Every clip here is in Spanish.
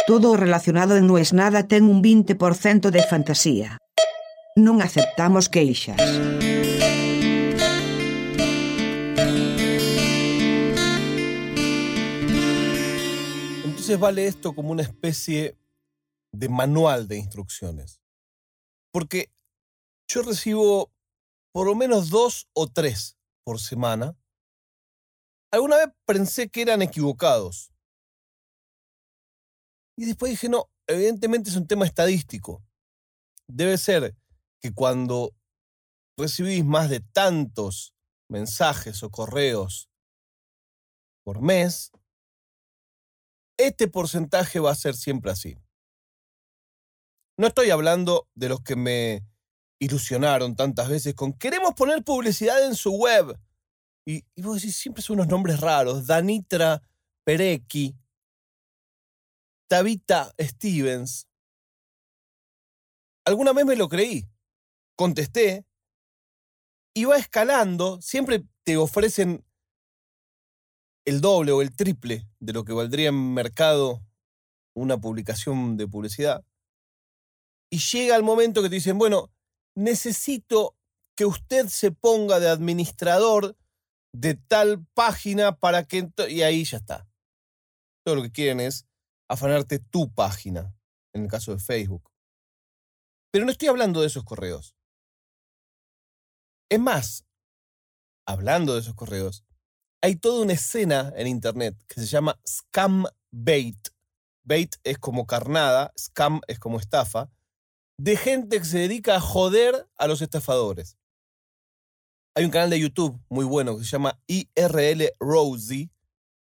Todo o relacionado en Non es nada ten un 20% de fantasía. Non aceptamos queixas. Entonces vale esto como una especie de manual de instrucciones. Porque yo recibo por lo menos 2 o 3 por semana. Alguna vez pensé que eran equivocados. Y después dije, no, evidentemente es un tema estadístico. Debe ser que cuando recibís más de tantos mensajes o correos por mes, este porcentaje va a ser siempre así. No estoy hablando de los que me ilusionaron tantas veces con queremos poner publicidad en su web. Y vos decís, siempre son unos nombres raros. Danitra Perecki, Tabitha Stevens. Alguna vez me lo creí. Contesté. Y va escalando. Siempre te ofrecen el doble o el triple de lo que valdría en mercado una publicación de publicidad. Y llega el momento que te dicen, bueno, necesito que usted se ponga de administrador de tal página para que... Y ahí ya está. Todo lo que quieren es afanarte tu página, en el caso de Facebook. Pero no estoy hablando de esos correos. Es más, hablando de esos correos, hay toda una escena en internet que se llama scam bait. Bait es como carnada, scam es como estafa, de gente que se dedica a joder a los estafadores. Hay un canal de YouTube muy bueno que se llama IRL Rosie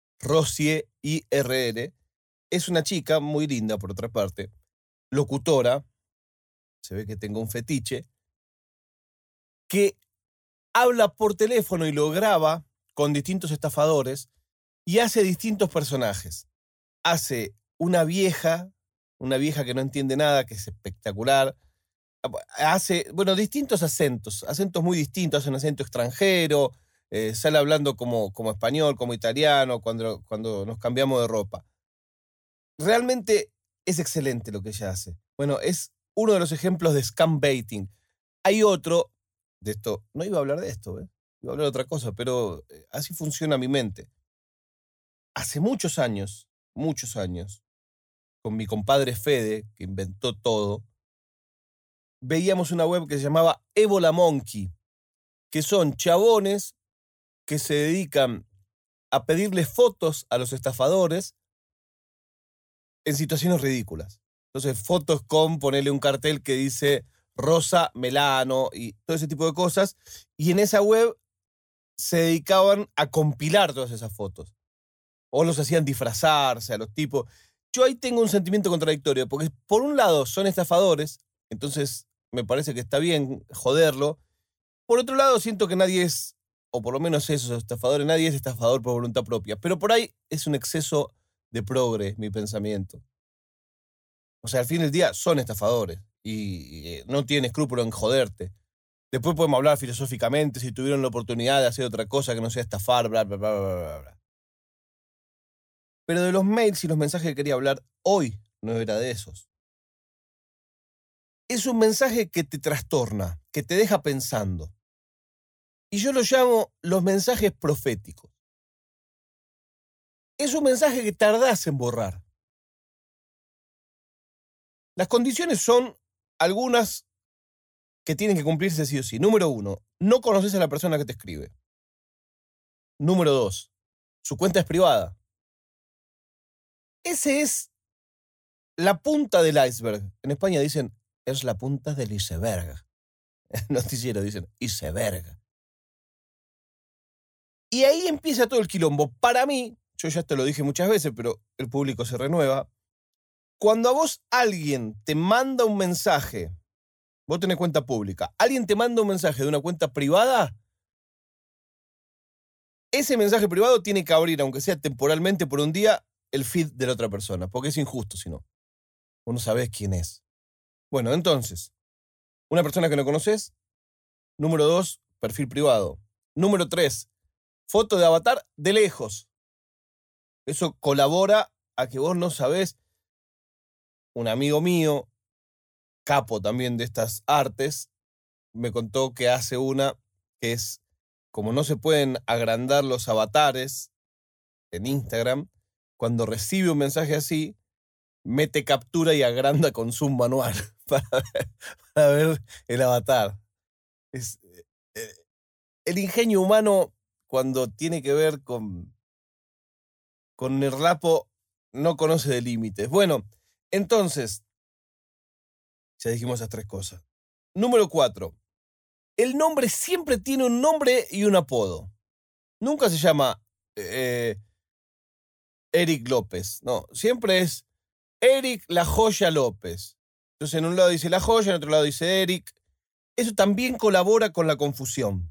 IRL. Es una chica muy linda, por otra parte, locutora, se ve que tengo un fetiche, que habla por teléfono y lo graba con distintos estafadores y hace distintos personajes. Hace una vieja que no entiende nada, que es espectacular. Hace, distintos acentos muy distintos, hace un acento extranjero, sale hablando como español, como italiano, cuando nos cambiamos de ropa. Realmente es excelente lo que ella hace. Bueno, es uno de los ejemplos de scam baiting. Hay otro, de esto, no iba a hablar de esto, iba a hablar de otra cosa, pero así funciona mi mente. Hace muchos años, con mi compadre Fede, que inventó todo, veíamos una web que se llamaba Ebola Monkey, que son chabones que se dedican a pedirle fotos a los estafadores en situaciones ridículas. Entonces, fotos con ponerle un cartel que dice Rosa Melano y todo ese tipo de cosas. Y en esa web se dedicaban a compilar todas esas fotos. O los hacían disfrazarse a los tipos. Yo ahí tengo un sentimiento contradictorio, porque por un lado son estafadores, entonces me parece que está bien joderlo. Por otro lado, siento que nadie es, o por lo menos esos estafadores, nadie es estafador por voluntad propia. Pero por ahí es un exceso de progre, mi pensamiento. O sea, al fin del día son estafadores y no tienen escrúpulo en joderte. Después podemos hablar filosóficamente si tuvieron la oportunidad de hacer otra cosa que no sea estafar, bla, bla, bla, bla, bla, bla. Pero de los mails y los mensajes que quería hablar hoy no era de esos. Es un mensaje que te trastorna, que te deja pensando. Y yo lo llamo los mensajes proféticos. Es un mensaje que tardás en borrar. Las condiciones son algunas que tienen que cumplirse sí o sí. Número 1, no conoces a la persona que te escribe. Número 2, su cuenta es privada. Ese es la punta del iceberg. En España dicen, es la punta del iceberg. En el noticiero dicen, iceberg. Y ahí empieza todo el quilombo. Para mí, yo ya te lo dije muchas veces, pero el público se renueva. Cuando a vos alguien te manda un mensaje, vos tenés cuenta pública, alguien te manda un mensaje de una cuenta privada, ese mensaje privado tiene que abrir, aunque sea temporalmente por un día, el feed de la otra persona, porque es injusto si no. Vos no sabés quién es. Bueno, entonces, una persona que no conoces. Número 2, perfil privado. Número 3, foto de avatar de lejos. Eso colabora a que vos no sabés. un amigo mío, capo también de estas artes, me contó que hace una que es, como no se pueden agrandar los avatares en Instagram, cuando recibe un mensaje así, mete captura y agranda con zoom manual para ver el avatar. Es, eh, el ingenio humano, cuando tiene que ver con el rapo, no conoce de límites. Bueno, entonces, ya dijimos esas 3 cosas. Número 4. El nombre siempre tiene un nombre y un apodo. Nunca se llama Eric López. No, siempre es Eric La Joya López. Entonces en un lado dice La Joya, en otro lado dice Eric. Eso también colabora con la confusión.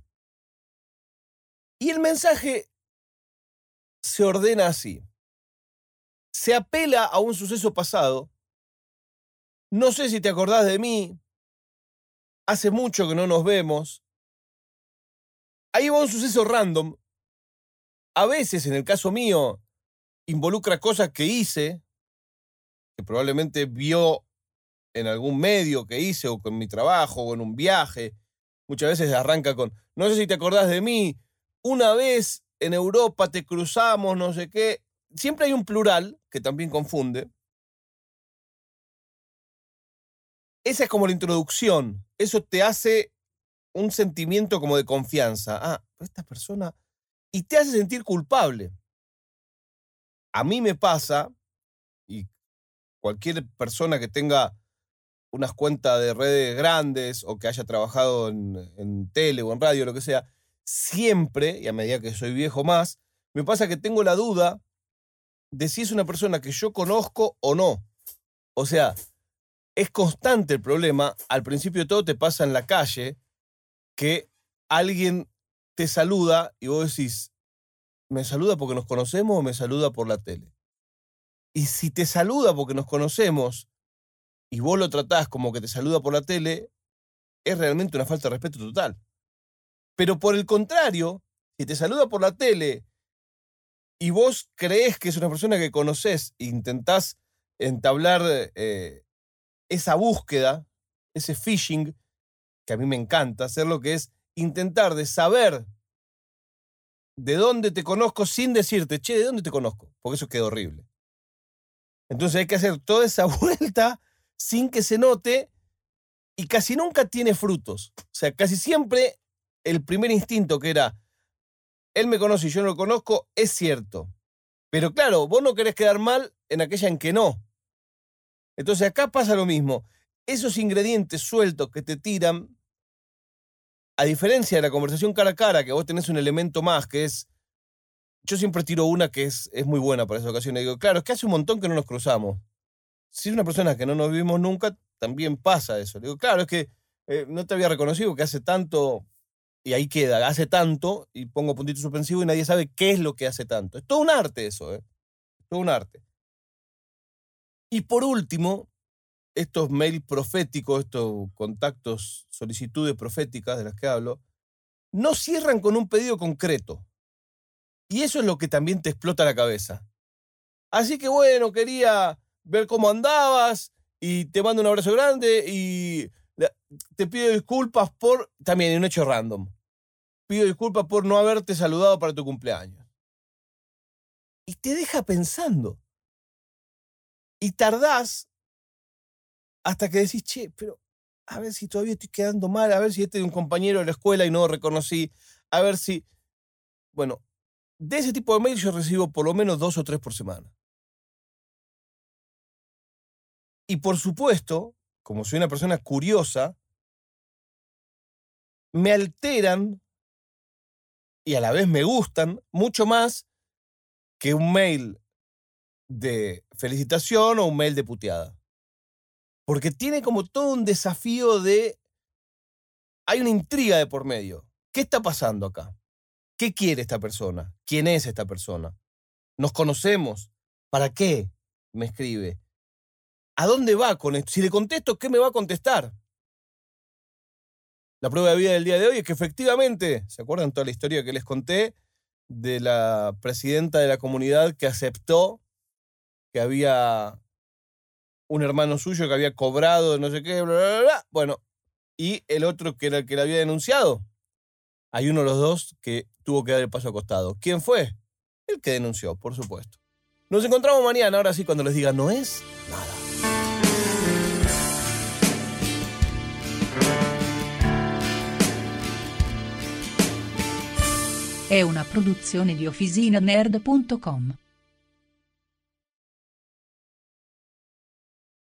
Y el mensaje se ordena así. Se apela a un suceso pasado. No sé si te acordás de mí. Hace mucho que no nos vemos. Ahí va un suceso random. A veces, en el caso mío, involucra cosas que hice, que probablemente vio en algún medio que hice, o con mi trabajo, o en un viaje. Muchas veces arranca con, no sé si te acordás de mí, una vez en Europa te cruzamos, no sé qué. Siempre hay un plural que también confunde. Esa es como la introducción. Eso te hace un sentimiento como de confianza. Ah, esta persona... Y te hace sentir culpable. A mí me pasa, y cualquier persona que tenga unas cuentas de redes grandes o que haya trabajado en tele o en radio, lo que sea, siempre, y a medida que soy viejo más, me pasa que tengo la duda de si es una persona que yo conozco o no. O sea, es constante el problema. Al principio de todo te pasa en la calle que alguien te saluda y vos decís, ¿me saluda porque nos conocemos o me saluda por la tele? Y si te saluda porque nos conocemos y vos lo tratás como que te saluda por la tele, es realmente una falta de respeto total. Pero por el contrario, si te saluda por la tele y vos creés que es una persona que conocés e intentás entablar esa búsqueda, ese phishing, que a mí me encanta, hacer lo que es intentar de saber de dónde te conozco sin decirte, che, ¿de dónde te conozco? Porque eso queda horrible. Entonces hay que hacer toda esa vuelta sin que se note y casi nunca tiene frutos. O sea, casi siempre el primer instinto que era, él me conoce y yo no lo conozco, es cierto. Pero claro, vos no querés quedar mal en aquella en que no. Entonces acá pasa lo mismo. Esos ingredientes sueltos que te tiran, a diferencia de la conversación cara a cara, que vos tenés un elemento más, que es, yo siempre tiro una que es muy buena para esa ocasión. Y digo, claro, es que hace un montón que no nos cruzamos. Si es una persona que no nos vimos nunca, también pasa eso. Le digo, claro, es que no te había reconocido que hace tanto, y ahí queda, hace tanto, y pongo puntito suspensivo y nadie sabe qué es lo que hace tanto. Es todo un arte eso, ¿eh? Es todo un arte. Y por último, estos mails proféticos, estos contactos, solicitudes proféticas de las que hablo, no cierran con un pedido concreto. Y eso es lo que también te explota la cabeza. Así que bueno, quería ver cómo andabas y te mando un abrazo grande y te pido disculpas por, también un hecho random, pido disculpas por no haberte saludado para tu cumpleaños. Y te deja pensando. Y tardás hasta que decís, che, pero a ver si todavía estoy quedando mal, a ver si este es un compañero de la escuela y no lo reconocí, a ver si... Bueno, de ese tipo de mails yo recibo por lo menos 2 o 3 por semana. Y por supuesto, como soy una persona curiosa, me alteran y a la vez me gustan mucho más que un mail de felicitación o un mail de puteada. Porque tiene como todo un desafío de... Hay una intriga de por medio. ¿Qué está pasando acá? ¿Qué quiere esta persona? ¿Quién es esta persona? ¿Nos conocemos? ¿Para qué me escribe? ¿A dónde va con esto? Si le contesto, ¿qué me va a contestar? La prueba de vida del día de hoy es que efectivamente, ¿se acuerdan toda la historia que les conté de la presidenta de la comunidad que aceptó que había un hermano suyo que había cobrado no sé qué, bla, bla, bla. Bueno, y el otro que era el que la había denunciado. Hay uno de los dos que tuvo que dar el paso acostado. ¿Quién fue? El que denunció, por supuesto. Nos encontramos mañana, ahora sí, cuando les diga no es nada. È una produzione di OfficinaNerd.com.